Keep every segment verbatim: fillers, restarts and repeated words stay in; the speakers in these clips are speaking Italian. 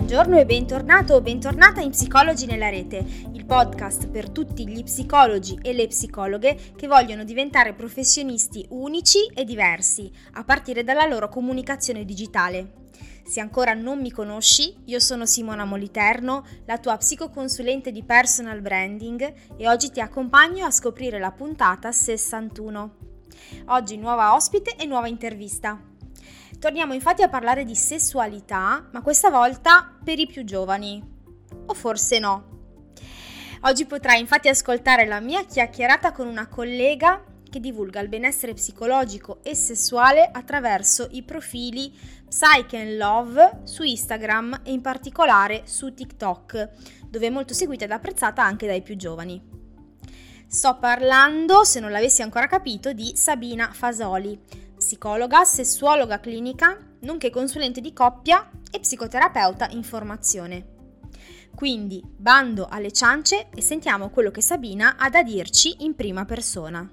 Buongiorno e bentornato o bentornata in Psicologi nella Rete, il podcast per tutti gli psicologi e le psicologhe che vogliono diventare professionisti unici e diversi, a partire dalla loro comunicazione digitale. Se ancora non mi conosci, io sono Simona Moliterno, la tua psicoconsulente di personal branding e oggi ti accompagno a scoprire la puntata sessantuno. Oggi nuova ospite e nuova intervista. Torniamo infatti a parlare di sessualità, ma questa volta per i più giovani. O forse no. Oggi potrai infatti ascoltare la mia chiacchierata con una collega che divulga il benessere psicologico e sessuale attraverso i profili Psyche and Love su Instagram e in particolare su TikTok, dove è molto seguita ed apprezzata anche dai più giovani. Sto parlando, se non l'avessi ancora capito, di Sabina Fasoli, psicologa, sessuologa clinica, nonché consulente di coppia e psicoterapeuta in formazione. Quindi, bando alle ciance e sentiamo quello che Sabina ha da dirci in prima persona.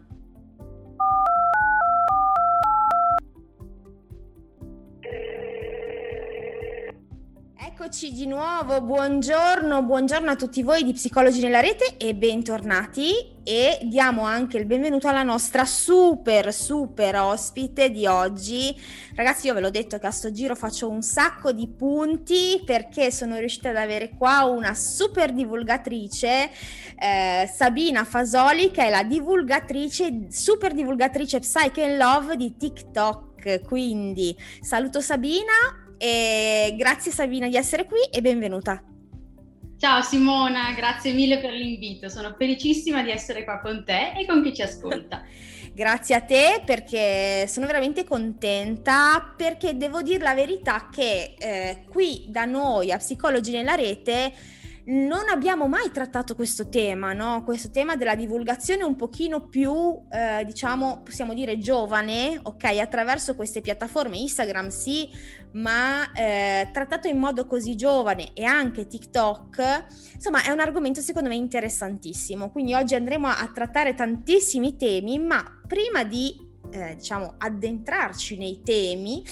Eccoci di nuovo, buongiorno, buongiorno a tutti voi di Psicologi nella Rete e bentornati, e diamo anche il benvenuto alla nostra super super ospite di oggi. Ragazzi, io ve l'ho detto che a sto giro faccio un sacco di punti perché sono riuscita ad avere qua una super divulgatrice, eh, Sabina Fasoli, che è la divulgatrice, super divulgatrice Psyche and Love di TikTok. Quindi saluto Sabina. E grazie Sabina di essere qui e benvenuta. Ciao Simona, grazie mille per l'invito, sono felicissima di essere qua con te e con chi ci ascolta. Grazie a te, perché sono veramente contenta, perché devo dire la verità che eh, qui da noi a Psicologi nella Rete non abbiamo mai trattato questo tema, no? Questo tema della divulgazione un pochino più, eh, diciamo, possiamo dire giovane, ok? Attraverso queste piattaforme, Instagram sì, ma eh, trattato in modo così giovane, e anche TikTok, insomma è un argomento secondo me interessantissimo. Quindi oggi andremo a, a trattare tantissimi temi, ma prima di Eh, diciamo addentrarci nei temi,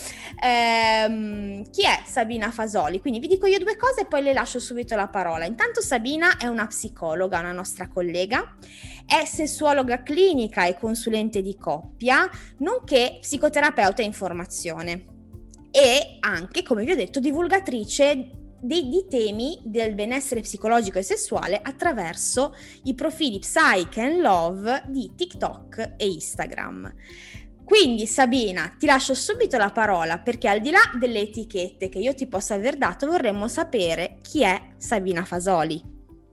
ehm, chi è Sabina Fasoli? Quindi vi dico io due cose e poi le lascio subito la parola. Intanto Sabina è una psicologa, una nostra collega, è sessuologa clinica e consulente di coppia, nonché psicoterapeuta in formazione e anche, come vi ho detto, divulgatrice Di, di temi del benessere psicologico e sessuale attraverso i profili Psyche and Love di TikTok e Instagram. Quindi Sabina, ti lascio subito la parola, perché al di là delle etichette che io ti posso aver dato, vorremmo sapere chi è Sabina Fasoli.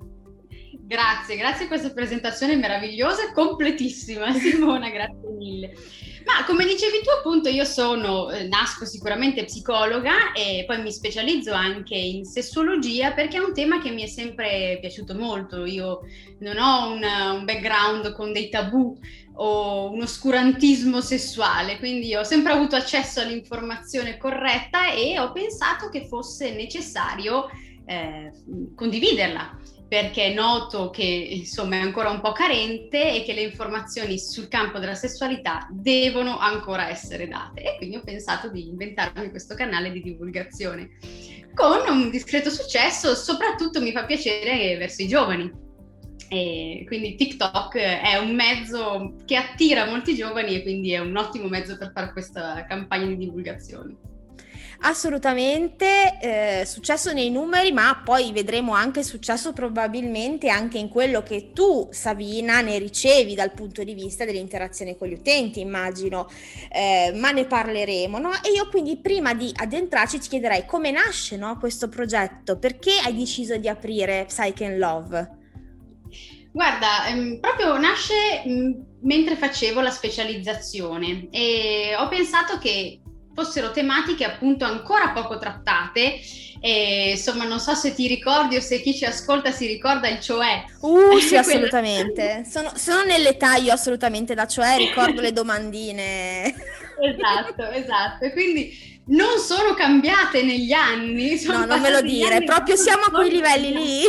Grazie, grazie a questa presentazione meravigliosa e completissima, Simona, grazie mille. Ma come dicevi tu, appunto, io sono, eh, nasco sicuramente psicologa e poi mi specializzo anche in sessuologia, perché è un tema che mi è sempre piaciuto molto. Io non ho un, un background con dei tabù o un oscurantismo sessuale, quindi ho sempre avuto accesso all'informazione corretta e ho pensato che fosse necessario eh, condividerla, perché noto che insomma è ancora un po' carente e che le informazioni sul campo della sessualità devono ancora essere date, e quindi ho pensato di inventarmi questo canale di divulgazione con un discreto successo. Soprattutto mi fa piacere verso i giovani, e quindi TikTok è un mezzo che attira molti giovani e quindi è un ottimo mezzo per fare questa campagna di divulgazione. Assolutamente, eh, successo nei numeri, ma poi vedremo anche successo probabilmente anche in quello che tu, Sabina, ne ricevi dal punto di vista dell'interazione con gli utenti, immagino, eh, ma ne parleremo, no? E io quindi prima di addentrarci ti chiederei come nasce, no, questo progetto, perché hai deciso di aprire Psyche and Love? Guarda, ehm, proprio nasce mh, mentre facevo la specializzazione e ho pensato che fossero tematiche appunto ancora poco trattate, e insomma non so se ti ricordi o se chi ci ascolta si ricorda il cioè. Uh sì, assolutamente, sono, sono nell'età io assolutamente da cioè, ricordo le domandine. Esatto, esatto, e quindi non sono cambiate negli anni. No, non me lo dire, proprio siamo a quei livelli lì.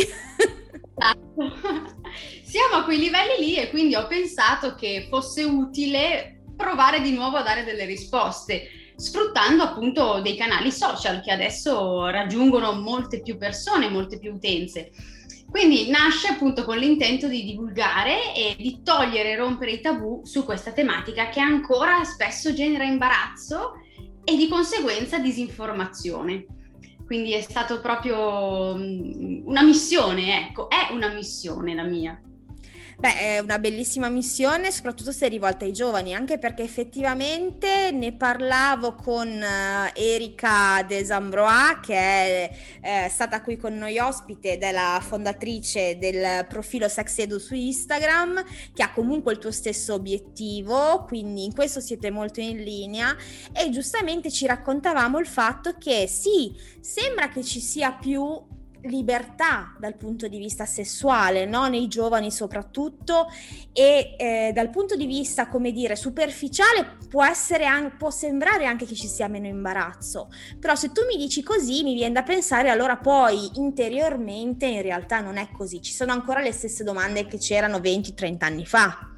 Esatto. Siamo a quei livelli lì e quindi ho pensato che fosse utile provare di nuovo a dare delle risposte. sfruttando appunto dei canali social che adesso raggiungono molte più persone, molte più utenze. Quindi nasce appunto con l'intento di divulgare e di togliere e rompere i tabù su questa tematica che ancora spesso genera imbarazzo e di conseguenza disinformazione. Quindi è stato proprio una missione, ecco, è una missione la mia. Beh, è una bellissima missione, soprattutto se è rivolta ai giovani, anche perché effettivamente ne parlavo con uh, Erika Desambrois, che è eh, stata qui con noi ospite, ed è la fondatrice del profilo Sex Edu su Instagram, che ha comunque il tuo stesso obiettivo, quindi in questo siete molto in linea, e giustamente ci raccontavamo il fatto che sì, sembra che ci sia più libertà dal punto di vista sessuale, no? Nei giovani soprattutto, e eh, dal punto di vista, come dire, superficiale può essere an- può sembrare anche che ci sia meno imbarazzo, però se tu mi dici così mi viene da pensare allora poi interiormente in realtà non è così, ci sono ancora le stesse domande che c'erano venti trenta anni fa.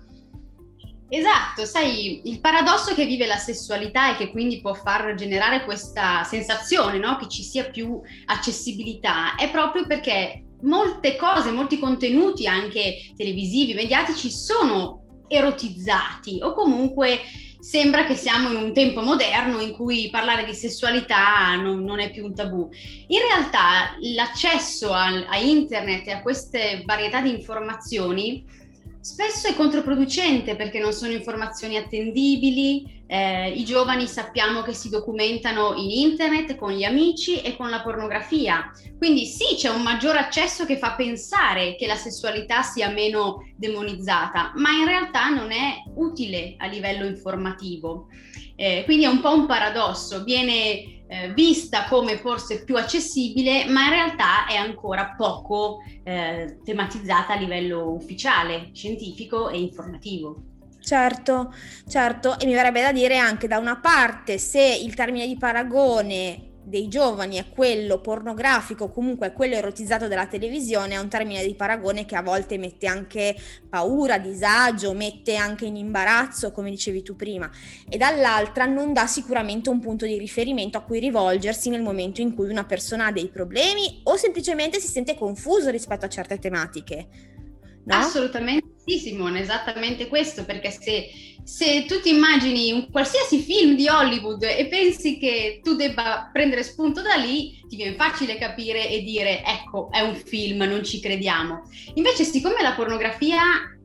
Esatto, sai, il paradosso che vive la sessualità e che quindi può far generare questa sensazione, no? Che ci sia più accessibilità, è proprio perché molte cose, molti contenuti anche televisivi, mediatici sono erotizzati o comunque sembra che siamo in un tempo moderno in cui parlare di sessualità non, non è più un tabù. In realtà l'accesso a, a internet e a queste varietà di informazioni spesso è controproducente perché non sono informazioni attendibili, eh, i giovani sappiamo che si documentano in internet con gli amici e con la pornografia, quindi sì, c'è un maggior accesso che fa pensare che la sessualità sia meno demonizzata, ma in realtà non è utile a livello informativo. Eh, quindi è un po' un paradosso, viene eh, vista come forse più accessibile, ma in realtà è ancora poco eh, tematizzata a livello ufficiale, scientifico e informativo. Certo, certo, e mi verrebbe da dire anche da una parte se il termine di paragone dei giovani è quello pornografico, comunque è quello erotizzato della televisione, è un termine di paragone che a volte mette anche paura, disagio, mette anche in imbarazzo, come dicevi tu prima, e dall'altra non dà sicuramente un punto di riferimento a cui rivolgersi nel momento in cui una persona ha dei problemi o semplicemente si sente confuso rispetto a certe tematiche. No? Assolutamente sì, Simone, esattamente questo, perché se, se tu ti immagini un qualsiasi film di Hollywood e pensi che tu debba prendere spunto da lì, ti viene facile capire e dire ecco, è un film, non ci crediamo. Invece, siccome la pornografia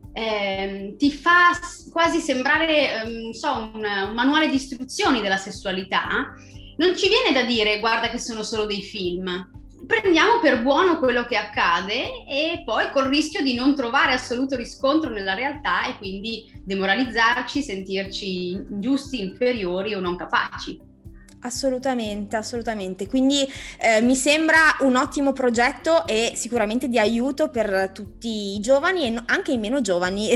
eh, ti fa quasi sembrare eh, non so, un, un manuale di istruzioni della sessualità, non ci viene da dire guarda che sono solo dei film. Prendiamo per buono quello che accade e poi col rischio di non trovare assoluto riscontro nella realtà e quindi demoralizzarci, sentirci ingiusti, inferiori o non capaci. Assolutamente, assolutamente. Quindi eh, mi sembra un ottimo progetto e sicuramente di aiuto per tutti i giovani e no- anche i meno giovani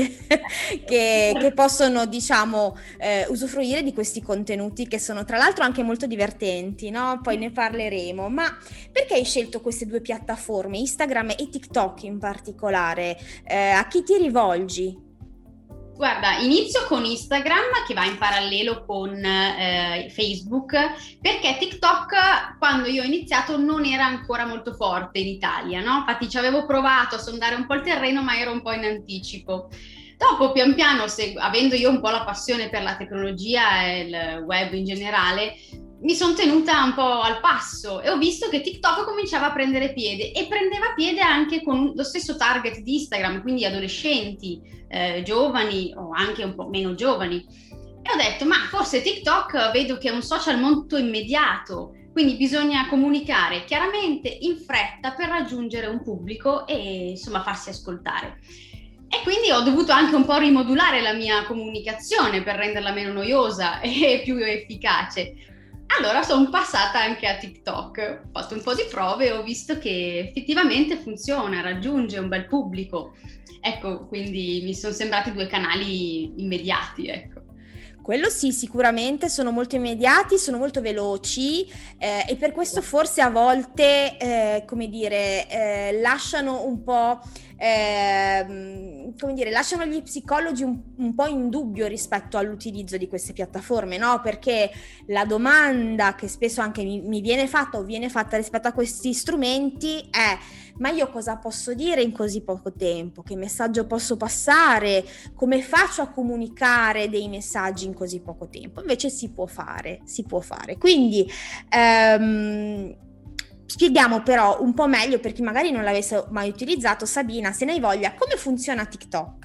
che, che possono, diciamo, eh, usufruire di questi contenuti che sono tra l'altro anche molto divertenti, no? Poi ne parleremo. Ma perché hai scelto queste due piattaforme, Instagram e TikTok in particolare? Eh, a chi ti rivolgi? Guarda, inizio con Instagram che va in parallelo con eh, Facebook, perché TikTok quando io ho iniziato non era ancora molto forte in Italia, no? Infatti ci avevo provato a sondare un po' il terreno, ma ero un po' in anticipo. Dopo, pian piano, se, avendo io un po' la passione per la tecnologia e il web in generale, mi sono tenuta un po' al passo e ho visto che TikTok cominciava a prendere piede e prendeva piede anche con lo stesso target di Instagram, quindi adolescenti, eh, giovani o anche un po' meno giovani. E ho detto, ma forse TikTok vedo che è un social molto immediato, quindi bisogna comunicare chiaramente in fretta per raggiungere un pubblico e insomma farsi ascoltare. E quindi ho dovuto anche un po' rimodulare la mia comunicazione per renderla meno noiosa e più efficace. Allora sono passata anche a TikTok, ho fatto un po' di prove e ho visto che effettivamente funziona, raggiunge un bel pubblico. Ecco, quindi mi sono sembrati due canali immediati, ecco. Quello sì, sicuramente sono molto immediati, sono molto veloci eh, e per questo forse a volte, eh, come dire, eh, lasciano un po' ehm, come dire, lasciano gli psicologi un, un po' in dubbio rispetto all'utilizzo di queste piattaforme, no? Perché la domanda che spesso anche mi, mi viene fatta o viene fatta rispetto a questi strumenti è: ma io cosa posso dire in così poco tempo? Che messaggio posso passare? Come faccio a comunicare dei messaggi in così poco tempo? Invece si può fare, si può fare. Quindi ehm, spieghiamo però un po' meglio per chi magari non l'avesse mai utilizzato. Sabina, se ne hai voglia, come funziona TikTok?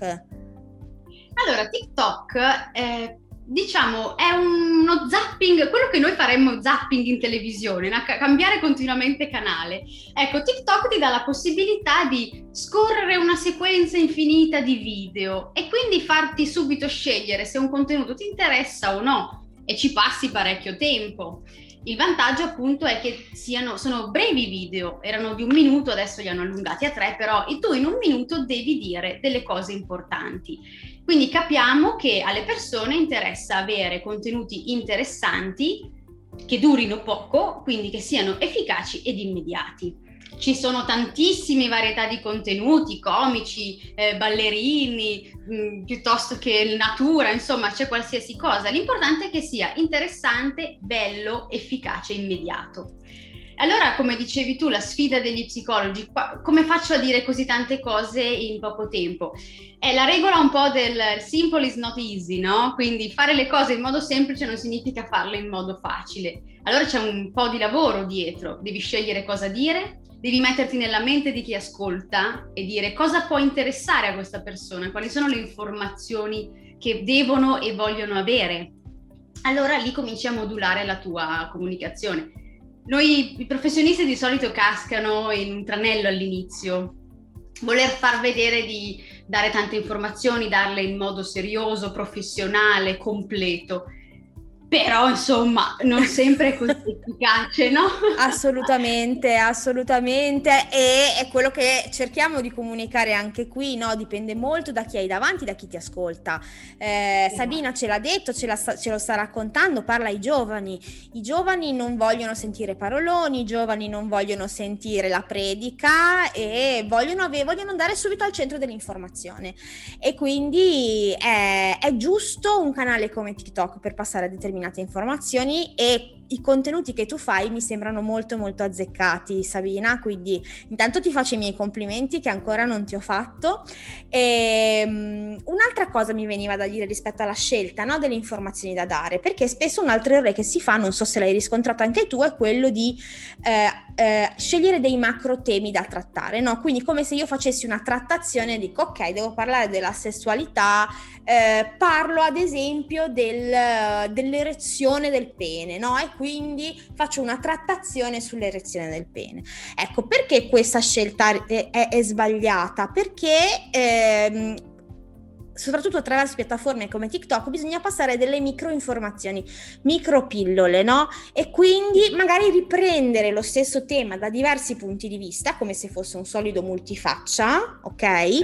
Allora, TikTok eh, diciamo è uno zapping, quello che noi faremmo zapping in televisione, no? Cambiare continuamente canale. Ecco, TikTok ti dà la possibilità di scorrere una sequenza infinita di video e quindi farti subito scegliere se un contenuto ti interessa o no, e ci passi parecchio tempo. Il vantaggio appunto è che siano, sono brevi video, erano di un minuto, adesso li hanno allungati a tre, però tu in un minuto devi dire delle cose importanti. Quindi capiamo che alle persone interessa avere contenuti interessanti, che durino poco, quindi che siano efficaci ed immediati. Ci sono tantissime varietà di contenuti, comici, eh, ballerini, mh, piuttosto che natura, insomma c'è qualsiasi cosa. L'importante è che sia interessante, bello, efficace e immediato. Allora, come dicevi tu, la sfida degli psicologi, qua, come faccio a dire così tante cose in poco tempo? È la regola un po' del simple is not easy, no? Quindi fare le cose in modo semplice non significa farle in modo facile. Allora c'è un po' di lavoro dietro, devi scegliere cosa dire, devi metterti nella mente di chi ascolta e dire cosa può interessare a questa persona, quali sono le informazioni che devono e vogliono avere. Allora lì cominci a modulare la tua comunicazione. Noi i professionisti di solito cascano in un tranello all'inizio, voler far vedere di dare tante informazioni, darle in modo serioso, professionale, completo. Però insomma non sempre è così efficace, no? Assolutamente, assolutamente, e è quello che cerchiamo di comunicare anche qui, no? Dipende molto da chi hai davanti, da chi ti ascolta. Eh, Sabina ce l'ha detto, ce, la, ce lo sta raccontando, parla ai giovani. I giovani non vogliono sentire paroloni, i giovani non vogliono sentire la predica e vogliono, ave- vogliono andare subito al centro dell'informazione. E quindi è, è giusto un canale come TikTok per passare a determinate informazioni, e i contenuti che tu fai mi sembrano molto molto azzeccati, Sabina, quindi intanto ti faccio i miei complimenti che ancora non ti ho fatto. E, um, un'altra cosa mi veniva da dire rispetto alla scelta, no, delle informazioni da dare, perché spesso un altro errore che si fa, non so se l'hai riscontrato anche tu, è quello di eh, eh, scegliere dei macro temi da trattare, no? Quindi come se io facessi una trattazione e dico ok, devo parlare della sessualità, eh, parlo ad esempio del, dell'erezione del pene, no? E quindi faccio una trattazione sull'erezione del pene. Ecco, perché questa scelta è, è, è sbagliata? Perché ehm, soprattutto attraverso piattaforme come TikTok bisogna passare delle micro informazioni, micro pillole, no? E quindi magari riprendere lo stesso tema da diversi punti di vista, come se fosse un solido multifaccia, ok?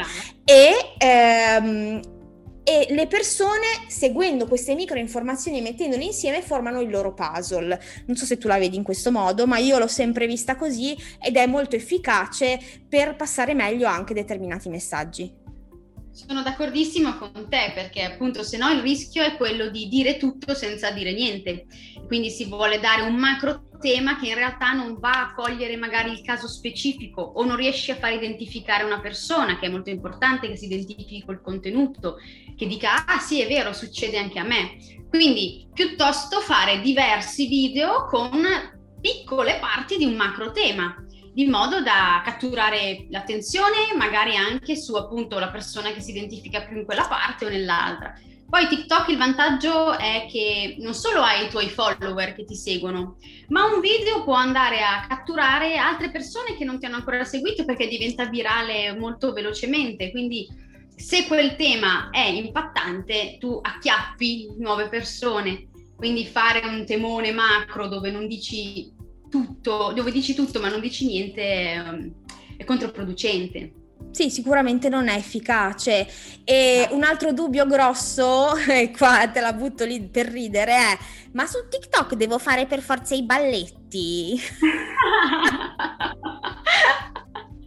E ehm, e le persone, seguendo queste micro informazioni e mettendole insieme, formano il loro puzzle. Non so se tu la vedi in questo modo, ma io l'ho sempre vista così ed è molto efficace per passare meglio anche determinati messaggi. Sono d'accordissimo con te, perché appunto se no il rischio è quello di dire tutto senza dire niente, quindi si vuole dare un macro tema che in realtà non va a cogliere magari il caso specifico, o non riesci a far identificare una persona, che è molto importante che si identifichi col contenuto, che dica ah sì è vero, succede anche a me. Quindi piuttosto fare diversi video con piccole parti di un macro tema, di modo da catturare l'attenzione magari anche su appunto la persona che si identifica più in quella parte o nell'altra. Poi TikTok, il vantaggio è che non solo hai i tuoi follower che ti seguono, ma un video può andare a catturare altre persone che non ti hanno ancora seguito, perché diventa virale molto velocemente. Quindi se quel tema è impattante, tu acchiappi nuove persone. Quindi fare un temone macro dove non dici tutto, dove dici tutto ma non dici niente, è, è controproducente. Sì, sicuramente non è efficace. E un altro dubbio grosso, e qua te la butto lì per ridere, è: ma su TikTok devo fare per forza i balletti?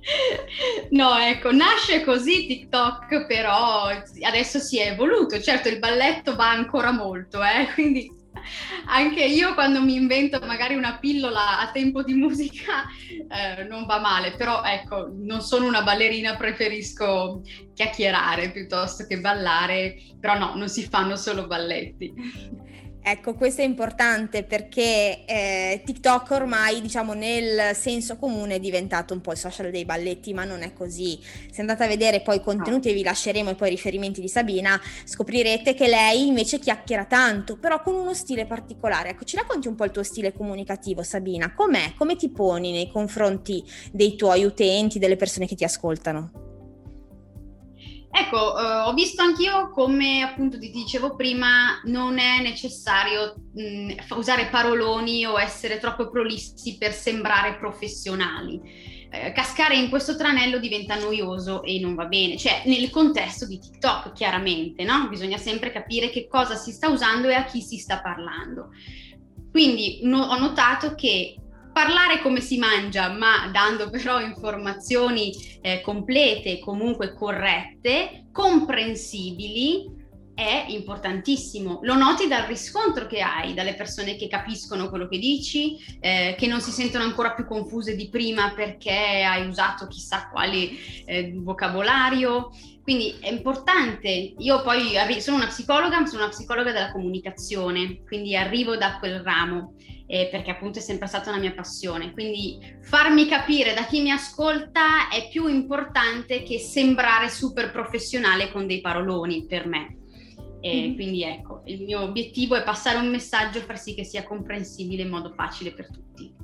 No, ecco, nasce così TikTok, però adesso si è evoluto. Certo, il balletto va ancora molto, eh? Quindi anche io quando mi invento magari una pillola a tempo di musica eh, non va male, però ecco, non sono una ballerina, preferisco chiacchierare piuttosto che ballare, però no, non si fanno solo balletti. Ecco, questo è importante perché eh, TikTok ormai, diciamo, nel senso comune è diventato un po' il social dei balletti, ma non è così. Se andate a vedere poi i contenuti, e vi lasceremo e poi i riferimenti di Sabina, scoprirete che lei invece chiacchiera tanto, però con uno stile particolare. Ecco, ci racconti un po' il tuo stile comunicativo, Sabina? Com'è? Come ti poni nei confronti dei tuoi utenti, delle persone che ti ascoltano? Ecco, eh, ho visto anch'io come appunto ti dicevo prima, non è necessario mh, usare paroloni o essere troppo prolissi per sembrare professionali. Eh, cascare in questo tranello diventa noioso e non va bene, cioè nel contesto di TikTok chiaramente, no? Bisogna sempre capire che cosa si sta usando e a chi si sta parlando. Quindi no, ho notato che parlare come si mangia, ma dando però informazioni eh, complete, comunque corrette, comprensibili, è importantissimo. Lo noti dal riscontro che hai, dalle persone che capiscono quello che dici, eh, che non si sentono ancora più confuse di prima perché hai usato chissà quale eh, vocabolario. Quindi è importante. Io poi arri- sono una psicologa, sono una psicologa della comunicazione, quindi arrivo da quel ramo. Eh, perché appunto è sempre stata una mia passione, quindi farmi capire da chi mi ascolta è più importante che sembrare super professionale con dei paroloni per me. Eh, mm. Quindi ecco, il mio obiettivo è passare un messaggio e far sì che sia comprensibile in modo facile per tutti.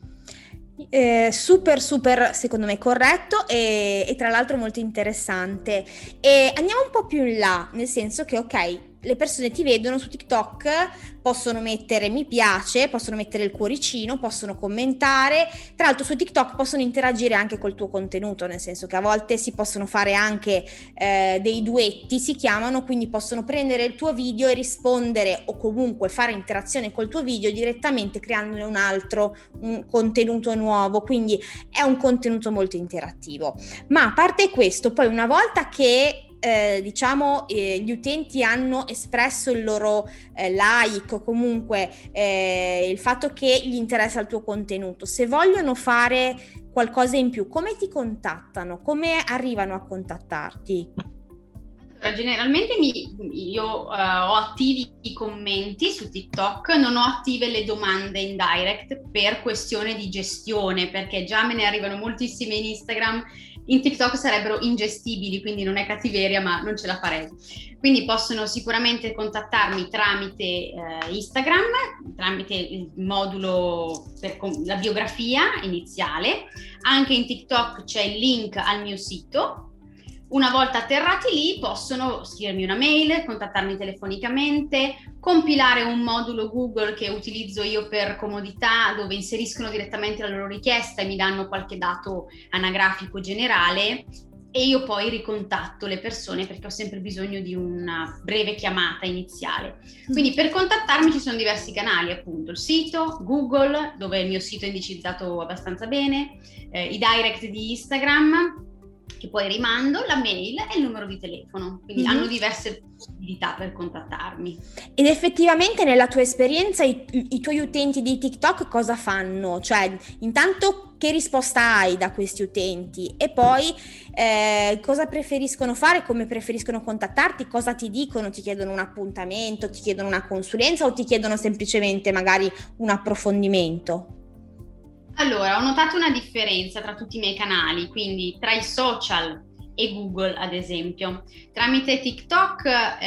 Eh, super super secondo me corretto e, e tra l'altro molto interessante. E andiamo un po' più in là, nel senso che ok, le persone ti vedono su TikTok, possono mettere mi piace, possono mettere il cuoricino, possono commentare. Tra l'altro su TikTok possono interagire anche col tuo contenuto, nel senso che a volte si possono fare anche eh, dei duetti, si chiamano, quindi possono prendere il tuo video e rispondere o comunque fare interazione col tuo video direttamente creandone un altro, un contenuto nuovo, quindi è un contenuto molto interattivo. Ma a parte questo, poi una volta che Eh, diciamo eh, gli utenti hanno espresso il loro eh, like o comunque eh, il fatto che gli interessa il tuo contenuto, se vogliono fare qualcosa in più, come ti contattano? Come arrivano a contattarti? Generalmente mi, io uh, ho attivi i commenti su TikTok, non ho attive le domande in direct per questione di gestione, perché già me ne arrivano moltissime in Instagram. In TikTok sarebbero ingestibili, quindi non è cattiveria, ma non ce la farei. Quindi possono sicuramente contattarmi tramite eh, Instagram, tramite il modulo per com- la biografia iniziale. Anche in TikTok c'è il link al mio sito. Una volta atterrati lì possono scrivermi una mail, contattarmi telefonicamente, compilare un modulo Google che utilizzo io per comodità, dove inseriscono direttamente la loro richiesta e mi danno qualche dato anagrafico generale e io poi ricontatto le persone perché ho sempre bisogno di una breve chiamata iniziale. Quindi per contattarmi ci sono diversi canali, appunto il sito, Google, dove il mio sito è indicizzato abbastanza bene, eh, i direct di Instagram, che poi rimando, la mail e il numero di telefono, quindi mm-hmm. hanno diverse possibilità per contattarmi. Ed effettivamente nella tua esperienza i, i tuoi utenti di TikTok cosa fanno? Cioè, intanto che risposta hai da questi utenti e poi eh, cosa preferiscono fare, come preferiscono contattarti, cosa ti dicono, ti chiedono un appuntamento, ti chiedono una consulenza o ti chiedono semplicemente magari un approfondimento? Allora, ho notato una differenza tra tutti i miei canali, quindi tra i social e Google, ad esempio. Tramite TikTok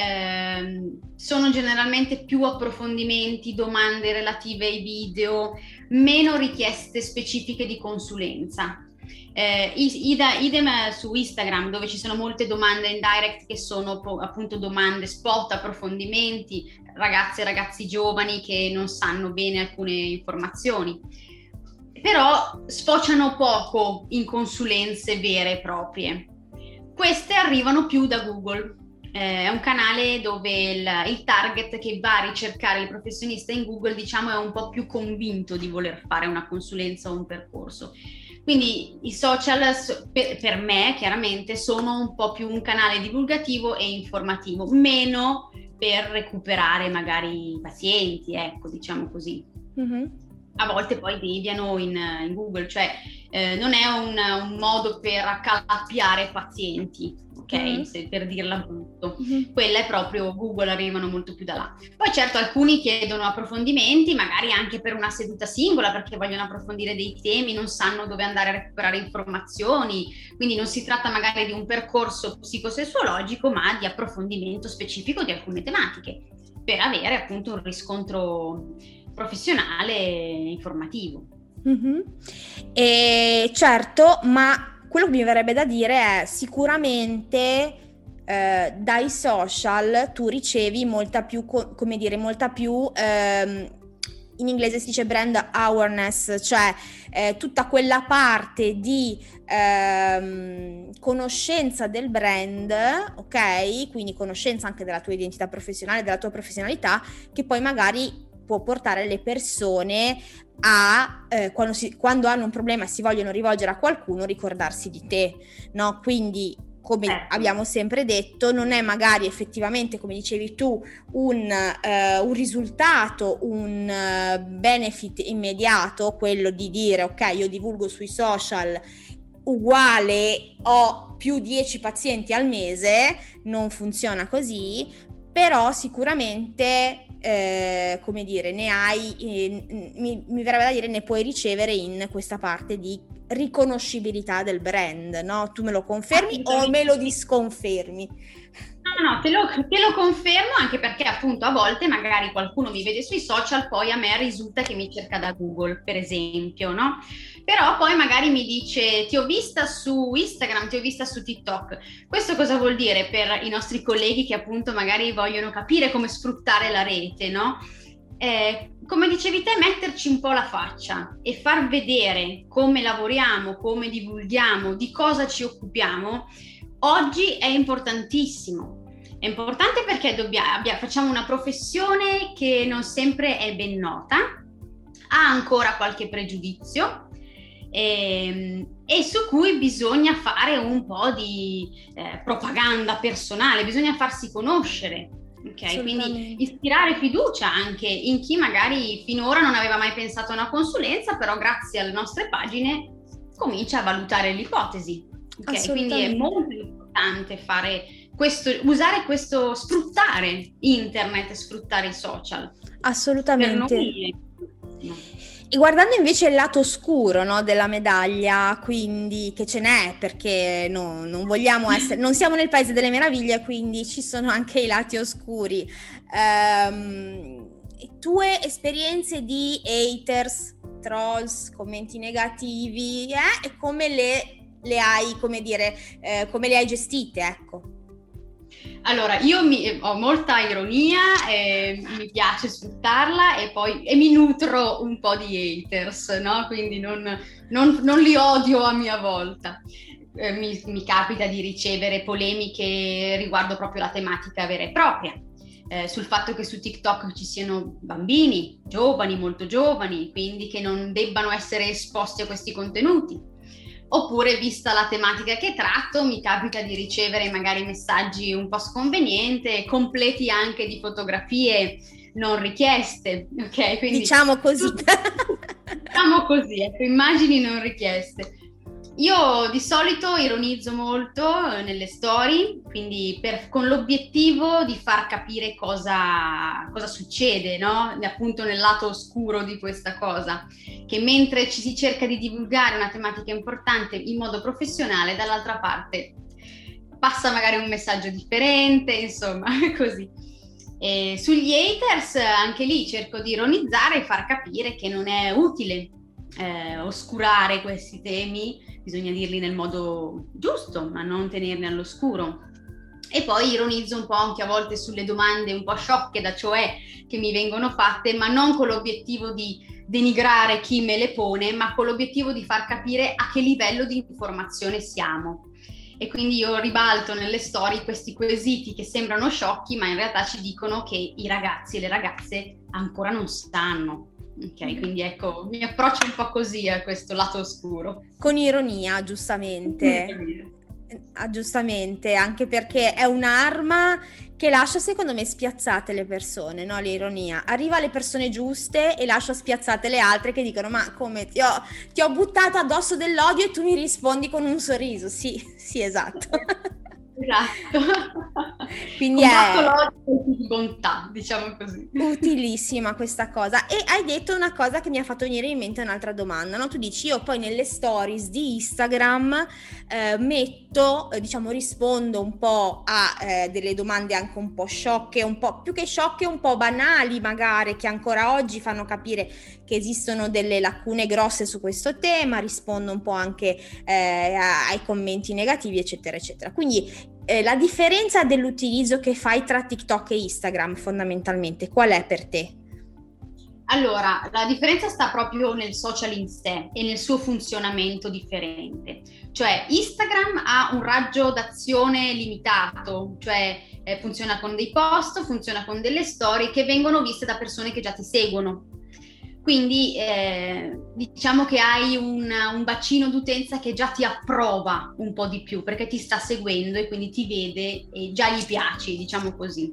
ehm, sono generalmente più approfondimenti, domande relative ai video, meno richieste specifiche di consulenza. Eh, idem su Instagram, dove ci sono molte domande in direct che sono appunto domande spot, approfondimenti, ragazze e ragazzi giovani che non sanno bene alcune informazioni. Però sfociano poco in consulenze vere e proprie. Queste arrivano più da Google. Eh, è un canale dove il, il target che va a ricercare il professionista in Google, diciamo, è un po' più convinto di voler fare una consulenza o un percorso. Quindi i social per, per me chiaramente sono un po' più un canale divulgativo e informativo, meno per recuperare magari i pazienti, ecco, diciamo così. Mm-hmm. A volte poi deviano in, in Google, cioè eh, non è un, un modo per accalappiare pazienti, ok? Mm-hmm. Se, per dirla brutto. Mm-hmm. Quella è proprio Google, arrivano molto più da là. Poi certo alcuni chiedono approfondimenti, magari anche per una seduta singola, perché vogliono approfondire dei temi, non sanno dove andare a recuperare informazioni, quindi non si tratta magari di un percorso psicosessuologico, ma di approfondimento specifico di alcune tematiche, per avere appunto un riscontro professionale e informativo. Mm-hmm. E certo, ma quello che mi verrebbe da dire è sicuramente eh, dai social tu ricevi molta più, co- come dire, molta più, ehm, in inglese si dice brand awareness, cioè eh, tutta quella parte di ehm, conoscenza del brand, ok? Quindi conoscenza anche della tua identità professionale, della tua professionalità, che poi magari può portare le persone a, eh, quando, si, quando hanno un problema e si vogliono rivolgere a qualcuno, ricordarsi di te, no? Quindi, come eh. abbiamo sempre detto, non è magari effettivamente, come dicevi tu, un, eh, un risultato, un uh, benefit immediato, quello di dire ok, io divulgo sui social uguale, ho più dieci pazienti al mese, non funziona così, però sicuramente Eh, come dire, ne hai, eh, mi, mi verrebbe da dire, ne puoi ricevere in questa parte di riconoscibilità del brand, no? Tu me lo confermi o me lo disconfermi? No, no, te lo, te lo confermo, anche perché appunto a volte magari qualcuno mi vede sui social, poi a me risulta che mi cerca da Google, per esempio, no? Però poi magari mi dice ti ho vista su Instagram, ti ho vista su TikTok. Questo cosa vuol dire per i nostri colleghi che appunto magari vogliono capire come sfruttare la rete, no? Eh, come dicevi te, metterci un po' la faccia e far vedere come lavoriamo, come divulghiamo, di cosa ci occupiamo, oggi è importantissimo. È importante perché dobbiamo, abbiamo, facciamo una professione che non sempre è ben nota, ha ancora qualche pregiudizio e, e su cui bisogna fare un po' di eh, propaganda personale, bisogna farsi conoscere. Ok, quindi ispirare fiducia anche in chi magari finora non aveva mai pensato a una consulenza, però grazie alle nostre pagine comincia a valutare l'ipotesi. Ok, quindi è molto importante fare questo, usare questo, sfruttare internet, sfruttare i social. Assolutamente. Per noi è... E guardando invece il lato oscuro, no, della medaglia, quindi che ce n'è, perché no, non vogliamo essere, non siamo nel paese delle meraviglie, quindi ci sono anche i lati oscuri. Um, tue esperienze di haters, trolls, commenti negativi, eh, e come le, le hai, come dire, eh, come le hai gestite, ecco. Allora, io mi, ho molta ironia, e mi piace sfruttarla e poi e mi nutro un po' di haters, no? Quindi non, non, non li odio a mia volta. Eh, mi, mi capita di ricevere polemiche riguardo proprio la tematica vera e propria, eh, sul fatto che su TikTok ci siano bambini, giovani, molto giovani, quindi che non debbano essere esposti a questi contenuti. Oppure, vista la tematica che tratto, mi capita di ricevere magari messaggi un po' sconvenienti, completi anche di fotografie non richieste, ok? Quindi, diciamo così. Diciamo così, ecco, immagini non richieste. Io di solito ironizzo molto nelle story, quindi per, con l'obiettivo di far capire cosa, cosa succede, no? Appunto nel lato oscuro di questa cosa, che mentre ci si cerca di divulgare una tematica importante in modo professionale, dall'altra parte passa magari un messaggio differente, insomma, così. E sugli haters anche lì cerco di ironizzare e far capire che non è utile eh, oscurare questi temi, bisogna dirli nel modo giusto, ma non tenerli all'oscuro. E poi ironizzo un po' anche a volte sulle domande un po' sciocche da cioè che mi vengono fatte, ma non con l'obiettivo di denigrare chi me le pone, ma con l'obiettivo di far capire a che livello di informazione siamo. E quindi io ribalto nelle storie questi quesiti che sembrano sciocchi, ma in realtà ci dicono che i ragazzi e le ragazze ancora non sanno Ok, quindi ecco, mi approccio un po' così a questo lato oscuro. Con ironia, giustamente. Ah, giustamente, anche perché è un'arma che lascia secondo me spiazzate le persone, no? L'ironia. Arriva alle persone giuste e lascia spiazzate le altre che dicono ma come ti ho, ti ho buttato addosso dell'odio e tu mi rispondi con un sorriso. Sì, sì, esatto. Esatto. Quindi è l'odio di bontà, diciamo così. utilissima questa cosa. E hai detto una cosa che mi ha fatto venire in mente un'altra domanda, no? Tu dici io poi nelle stories di Instagram eh, metto, eh, diciamo rispondo un po' a eh, delle domande anche un po' sciocche, un po' più che sciocche, un po' banali magari, che ancora oggi fanno capire che esistono delle lacune grosse su questo tema, rispondo un po' anche eh, ai commenti negativi, eccetera, eccetera. Quindi eh, la differenza dell'utilizzo che fai tra TikTok e Instagram fondamentalmente, qual è per te? Allora, la differenza sta proprio nel social in sé e nel suo funzionamento differente. Cioè, Instagram ha un raggio d'azione limitato, cioè eh, funziona con dei post, funziona con delle storie che vengono viste da persone che già ti seguono. Quindi eh, diciamo che hai un, un bacino d'utenza che già ti approva un po' di più perché ti sta seguendo e quindi ti vede e già gli piaci, diciamo così.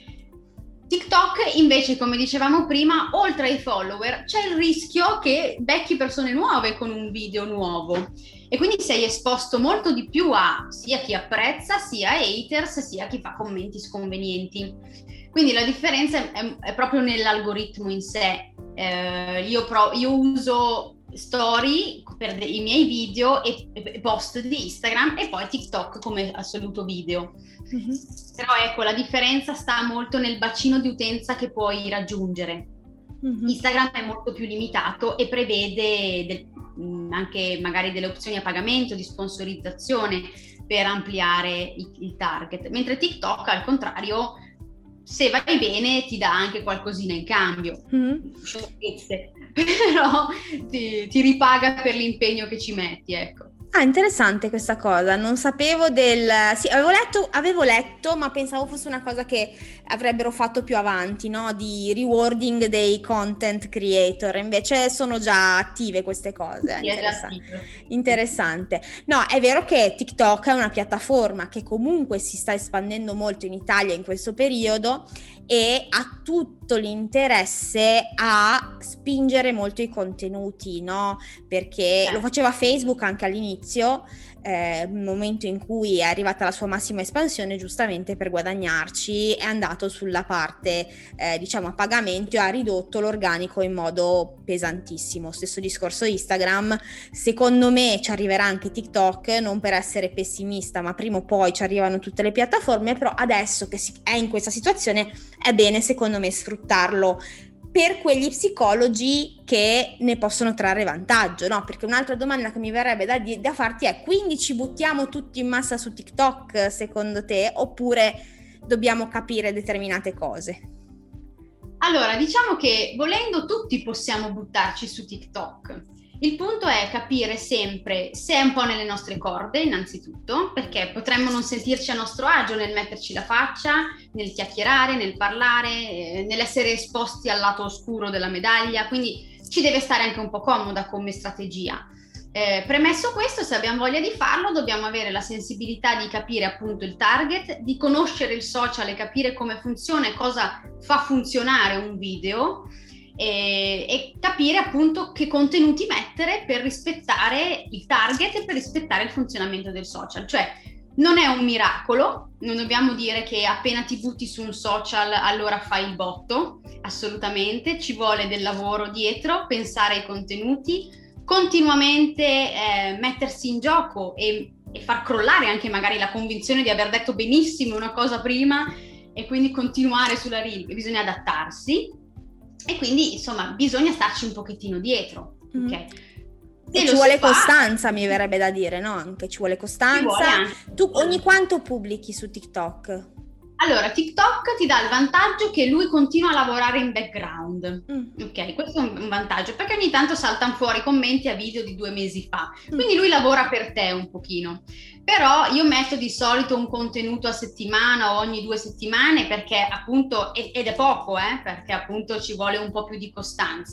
TikTok invece, come dicevamo prima, oltre ai follower c'è il rischio che becchi persone nuove con un video nuovo e quindi sei esposto molto di più a sia chi apprezza, sia haters, sia chi fa commenti sconvenienti. Quindi la differenza è, è proprio nell'algoritmo in sé. Eh, io, pro, io uso story per de- i miei video e, e post di Instagram e poi TikTok come assoluto video. Mm-hmm. Però ecco, la differenza sta molto nel bacino di utenza che puoi raggiungere. Mm-hmm. Instagram è molto più limitato e prevede del, mh, anche magari delle opzioni a pagamento, di sponsorizzazione per ampliare il, il target, mentre TikTok al contrario, se vai bene ti dà anche qualcosina in cambio, mm-hmm. sciocchezze, però ti, ti ripaga per l'impegno che ci metti, ecco. Ah, interessante questa cosa, non sapevo del... Sì, avevo letto, avevo letto, ma pensavo fosse una cosa che avrebbero fatto più avanti, no? Di rewarding dei content creator, invece sono già attive queste cose. Sì, interessante. Interessante. No, è vero che TikTok è una piattaforma che comunque si sta espandendo molto in Italia in questo periodo e ha tutto l'interesse a spingere molto i contenuti, no? Perché lo faceva Facebook anche all'inizio, eh, nel momento in cui è arrivata la sua massima espansione, giustamente per guadagnarci è andato sulla parte eh, diciamo a pagamento e ha ridotto l'organico in modo pesantissimo. Stesso discorso Instagram, secondo me ci arriverà anche TikTok, non per essere pessimista, ma prima o poi ci arrivano tutte le piattaforme, però adesso che si è in questa situazione è bene secondo me sfruttarlo per quegli psicologi che ne possono trarre vantaggio, no? Perché un'altra domanda che mi verrebbe da, da farti è: quindi ci buttiamo tutti in massa su TikTok secondo te, oppure dobbiamo capire determinate cose? Allora, diciamo che volendo tutti possiamo buttarci su TikTok. Il punto è capire sempre se è un po' nelle nostre corde, innanzitutto, perché potremmo non sentirci a nostro agio nel metterci la faccia, nel chiacchierare, nel parlare, eh, nell'essere esposti al lato oscuro della medaglia, quindi ci deve stare anche un po' comoda come strategia. Eh, premesso questo, se abbiamo voglia di farlo, dobbiamo avere la sensibilità di capire appunto il target, di conoscere il social e capire come funziona e cosa fa funzionare un video, E, e capire appunto che contenuti mettere per rispettare il target e per rispettare il funzionamento del social. Cioè non è un miracolo, non dobbiamo dire che appena ti butti su un social allora fai il botto, assolutamente, ci vuole del lavoro dietro, pensare ai contenuti, continuamente eh, mettersi in gioco e, e far crollare anche magari la convinzione di aver detto benissimo una cosa prima e quindi continuare sulla riga, bisogna adattarsi. E quindi, insomma, bisogna starci un pochettino dietro, mm. ok? Se e ci vuole fa, costanza, mi verrebbe da dire, no? Anche ci vuole costanza. Ci vuole anche. Tu ogni quanto pubblichi su TikTok? Allora, TikTok ti dà il vantaggio che lui continua a lavorare in background, mm. ok? Questo è un vantaggio, perché ogni tanto saltano fuori commenti a video di due mesi fa, mm. quindi lui lavora per te un pochino. Però io metto di solito un contenuto a settimana o ogni due settimane perché appunto, ed è poco, eh, perché appunto ci vuole un po' più di costanza.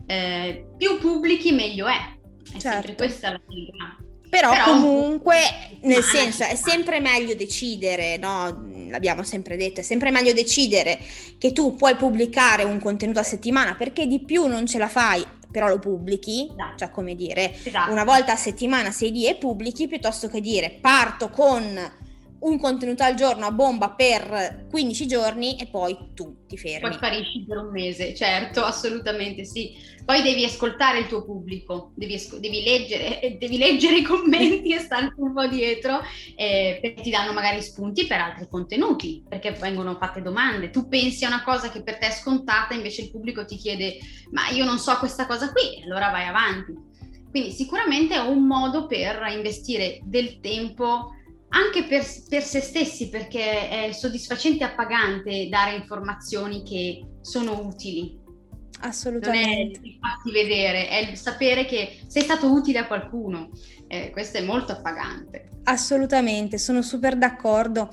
eh, più pubblichi meglio è, è certo. sempre questa la regola. Però, Però comunque, nel senso, è fa. sempre meglio decidere, no? L'abbiamo sempre detto, è sempre meglio decidere che tu puoi pubblicare un contenuto a settimana perché di più non ce la fai, però lo pubblichi, esatto. Cioè come dire, esatto. Una volta a settimana sei lì e pubblichi, piuttosto che dire parto con un contenuto al giorno a bomba per quindici giorni e poi tu ti fermi. Poi sparisci per un mese, certo, assolutamente sì. Poi devi ascoltare il tuo pubblico, devi, esc- devi, leggere, devi leggere i commenti e starti un po' dietro, eh, perché ti danno magari spunti per altri contenuti, perché vengono fatte domande. Tu pensi a una cosa che per te è scontata, invece il pubblico ti chiede ma io non so questa cosa qui, allora vai avanti. Quindi sicuramente è un modo per investire del tempo anche per, per se stessi, perché è soddisfacente e appagante dare informazioni che sono utili. Assolutamente. Non è farti vedere, è il sapere che sei stato utile a qualcuno. Eh, questo è molto appagante. Assolutamente, sono super d'accordo.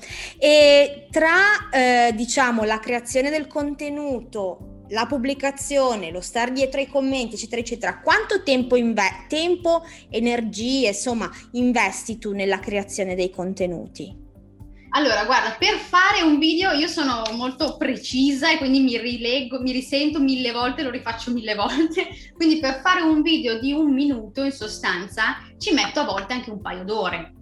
E tra eh, diciamo la creazione del contenuto, la pubblicazione, lo star dietro ai commenti, eccetera, eccetera, quanto tempo, inve- tempo, energie, insomma, investi tu nella creazione dei contenuti? Allora, guarda, per fare un video io sono molto precisa e quindi mi rileggo, mi risento mille volte, lo rifaccio mille volte. Quindi per fare un video di un minuto, in sostanza, ci metto a volte anche un paio d'ore.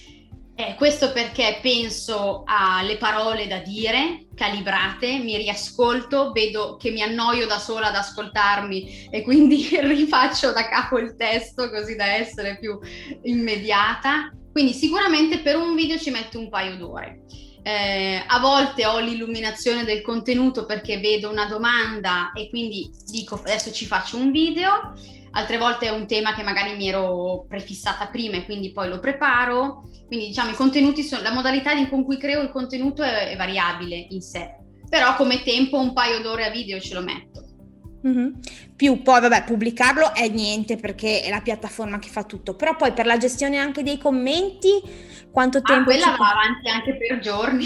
Eh, questo perché penso alle parole da dire, calibrate, mi riascolto, vedo che mi annoio da sola ad ascoltarmi e quindi rifaccio da capo il testo così da essere più immediata. Quindi sicuramente per un video ci metto un paio d'ore. Eh, a volte ho l'illuminazione del contenuto perché vedo una domanda e quindi dico adesso ci faccio un video. Altre volte è un tema che magari mi ero prefissata prima e quindi poi lo preparo. Quindi diciamo i contenuti sono, la modalità con cui creo il contenuto è, è variabile in sé, però come tempo un paio d'ore a video ce lo metto. Mm-hmm. Più poi vabbè pubblicarlo è niente perché è la piattaforma che fa tutto, però poi per la gestione anche dei commenti quanto tempo? Ah, quella ci... va avanti anche per giorni.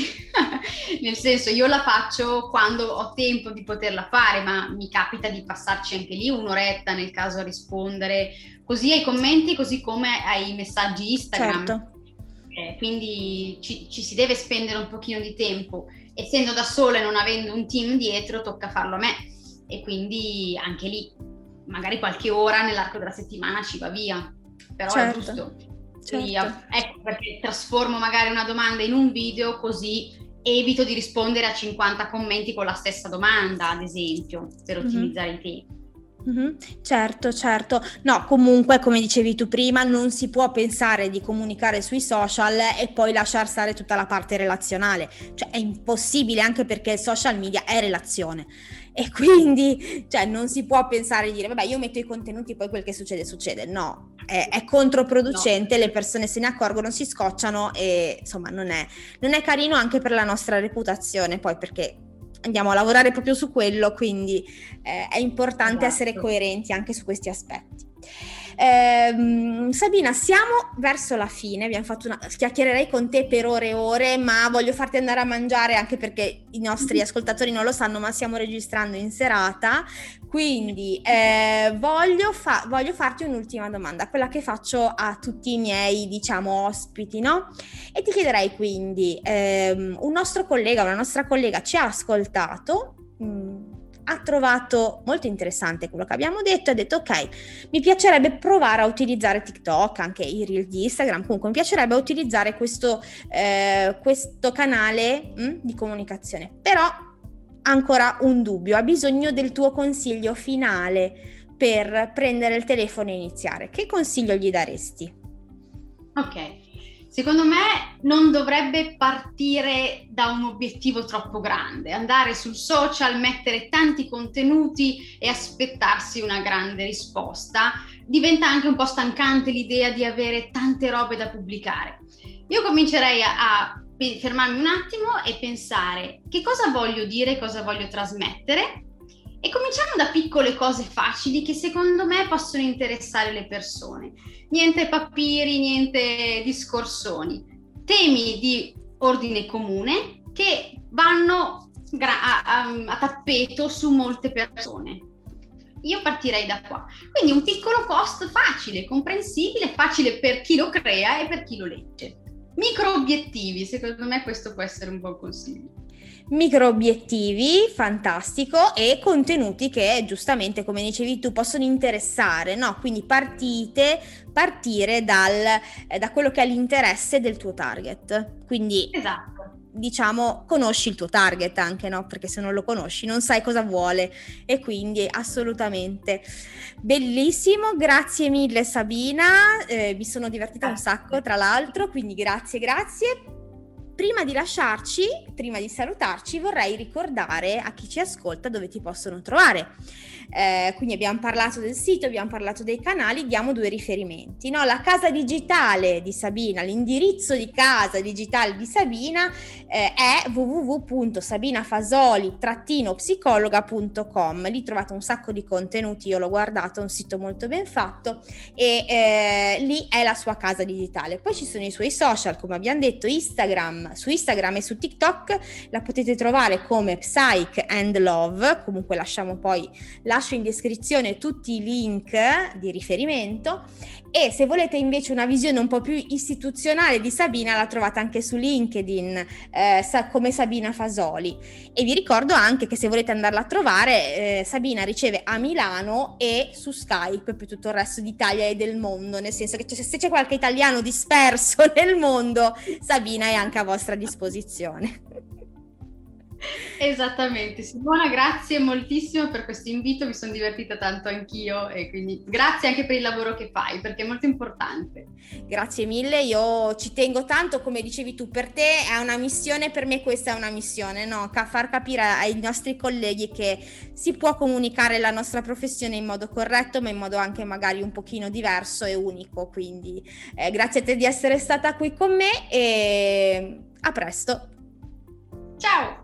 Nel senso io la faccio quando ho tempo di poterla fare, ma mi capita di passarci anche lì un'oretta nel caso a rispondere così ai commenti così come ai messaggi Instagram. Certo. Eh, quindi ci, ci si deve spendere un pochino di tempo, essendo da sola e non avendo un team dietro tocca farlo a me e quindi anche lì magari qualche ora nell'arco della settimana ci va via, però certo. È giusto. Certo. Quindi, ecco perché trasformo magari una domanda in un video così evito di rispondere a cinquanta commenti con la stessa domanda, ad esempio, per ottimizzare mm-hmm. i tempi. Mm-hmm. Certo, certo. No, comunque, come dicevi tu prima, non si può pensare di comunicare sui social e poi lasciar stare tutta la parte relazionale. Cioè, è impossibile anche perché il social media è relazione. E quindi, cioè, non si può pensare di dire, vabbè, io metto i contenuti, poi quel che succede, succede. No, è, è controproducente, no. Le persone se ne accorgono, si scocciano e, insomma, non è, non è carino anche per la nostra reputazione, poi perché andiamo a lavorare proprio su quello, quindi eh, è importante esatto. essere coerenti anche su questi aspetti. Eh, Sabina, siamo verso la fine, abbiamo fatto una chiacchiererei con te per ore e ore, ma voglio farti andare a mangiare anche perché i nostri ascoltatori non lo sanno, ma stiamo registrando in serata, quindi eh, voglio, fa- voglio farti un'ultima domanda, quella che faccio a tutti i miei, diciamo, ospiti, no? E ti chiederei quindi, ehm, un nostro collega, una nostra collega ci ha ascoltato, mh, ha trovato molto interessante quello che abbiamo detto e ha detto ok, mi piacerebbe provare a utilizzare TikTok, anche i reel di Instagram, comunque mi piacerebbe utilizzare questo, eh, questo canale mh, di comunicazione, però ancora un dubbio, ha bisogno del tuo consiglio finale per prendere il telefono e iniziare. Che consiglio gli daresti? Ok. Secondo me non dovrebbe partire da un obiettivo troppo grande, andare sul social, mettere tanti contenuti e aspettarsi una grande risposta. Diventa anche un po' stancante l'idea di avere tante robe da pubblicare. Io comincerei a, a fermarmi un attimo e pensare che cosa voglio dire, cosa voglio trasmettere e cominciamo da piccole cose facili che secondo me possono interessare le persone. Niente papiri, niente discorsoni, temi di ordine comune che vanno gra- a, a, a tappeto su molte persone. io partirei da qua. Quindi un piccolo post facile, comprensibile, facile per chi lo crea e per chi lo legge. Micro obiettivi, secondo me questo può essere un buon consiglio. Micro obiettivi, fantastico, e contenuti che giustamente, come dicevi tu, possono interessare, no? Quindi partite, partire dal, eh, da quello che è l'interesse del tuo target. Quindi, esatto, diciamo, conosci il tuo target anche, no? Perché se non lo conosci non sai cosa vuole, e quindi assolutamente bellissimo. Grazie mille Sabina, eh, mi sono divertita un sacco tra l'altro, quindi grazie, grazie. Prima di lasciarci, prima di salutarci, vorrei ricordare a chi ci ascolta dove ti possono trovare. Eh, quindi abbiamo parlato del sito, abbiamo parlato dei canali, diamo due riferimenti, no? La casa digitale di Sabina, l'indirizzo di casa digitale di Sabina eh, è w w w punto sabinafasoli psicologa punto com. Lì trovate un sacco di contenuti, io l'ho guardato, è un sito molto ben fatto, e eh, lì è la sua casa digitale. Poi ci sono i suoi social, come abbiamo detto, Instagram, su Instagram e su TikTok la potete trovare come Psych and Love. Comunque lasciamo poi lascio in descrizione tutti i link di riferimento, e se volete invece una visione un po' più istituzionale di Sabina la trovate anche su LinkedIn eh, come Sabina Fasoli. E vi ricordo anche che se volete andarla a trovare, eh, Sabina riceve a Milano e su Skype per tutto il resto d'Italia e del mondo, nel senso che se c'è qualche italiano disperso nel mondo, Sabina è anche a vostra disposizione. Esattamente. Simona, grazie moltissimo per questo invito, mi sono divertita tanto anch'io, e quindi grazie anche per il lavoro che fai, perché è molto importante. Grazie mille, io ci tengo tanto, come dicevi tu, per te è una missione, per me questa è una missione, no? Far capire ai nostri colleghi che si può comunicare la nostra professione in modo corretto, ma in modo anche magari un pochino diverso e unico. Quindi eh, grazie a te di essere stata qui con me, e a presto. Ciao!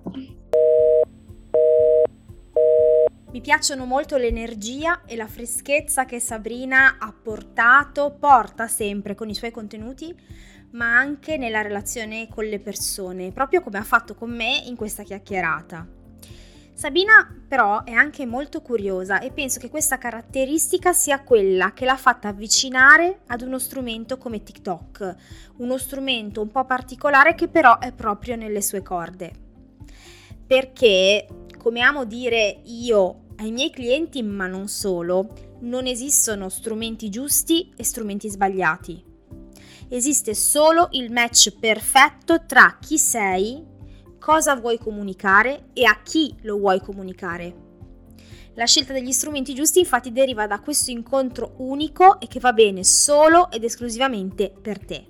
Mi piacciono molto l'energia e la freschezza che Sabrina ha portato, porta sempre con i suoi contenuti, ma anche nella relazione con le persone, proprio come ha fatto con me in questa chiacchierata. Sabina però è anche molto curiosa, e penso che questa caratteristica sia quella che l'ha fatta avvicinare ad uno strumento come TikTok, uno strumento un po' particolare che però è proprio nelle sue corde. Perché, come amo dire io ai miei clienti, ma non solo, non esistono strumenti giusti e strumenti sbagliati. Esiste solo il match perfetto tra chi sei, cosa vuoi comunicare e a chi lo vuoi comunicare. La scelta degli strumenti giusti infatti deriva da questo incontro unico e che va bene solo ed esclusivamente per te.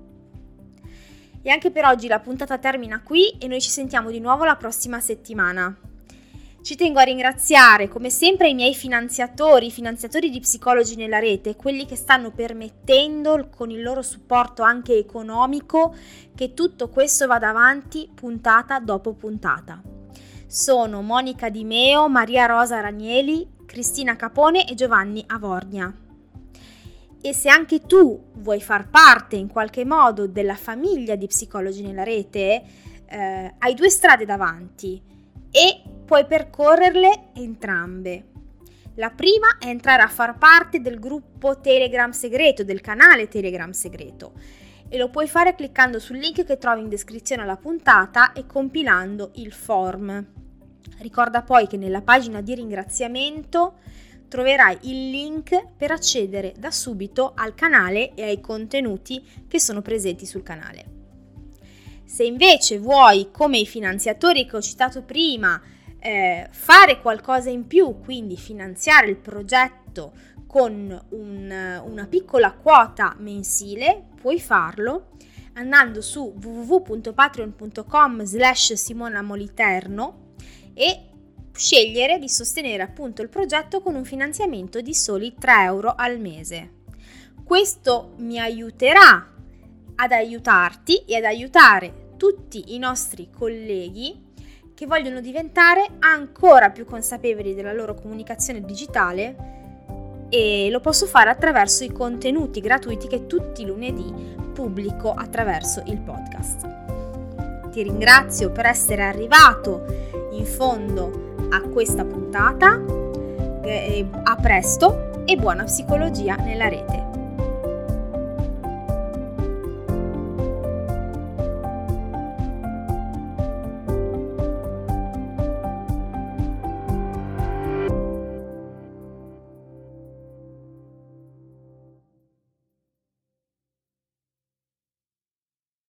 E anche per oggi la puntata termina qui, e noi ci sentiamo di nuovo la prossima settimana. Ci tengo a ringraziare come sempre i miei finanziatori, i finanziatori di Psicologi nella Rete, quelli che stanno permettendo con il loro supporto anche economico che tutto questo vada avanti puntata dopo puntata. Sono Monica Di Meo, Maria Rosa Ranieli, Cristina Capone e Giovanni Avornia. E se anche tu vuoi far parte in qualche modo della famiglia di Psicologi nella Rete, eh, hai due strade davanti e puoi percorrerle entrambe. La prima è entrare a far parte del gruppo Telegram segreto, del canale Telegram segreto, e lo puoi fare cliccando sul link che trovi in descrizione alla puntata e compilando il form. Ricorda poi che nella pagina di ringraziamento troverai il link per accedere da subito al canale e ai contenuti che sono presenti sul canale. Se invece vuoi, come i finanziatori che ho citato prima, eh, fare qualcosa in più, quindi finanziare il progetto con un, una piccola quota mensile, puoi farlo andando su w w w punto patreon punto com slash Simona Moliterno e scegliere di sostenere appunto il progetto con un finanziamento di soli tre euro al mese. Questo mi aiuterà ad aiutarti e ad aiutare tutti i nostri colleghi che vogliono diventare ancora più consapevoli della loro comunicazione digitale, e lo posso fare attraverso i contenuti gratuiti che tutti i lunedì pubblico attraverso il podcast. Ti ringrazio per essere arrivato in fondo a questa puntata. E a presto e buona psicologia nella rete.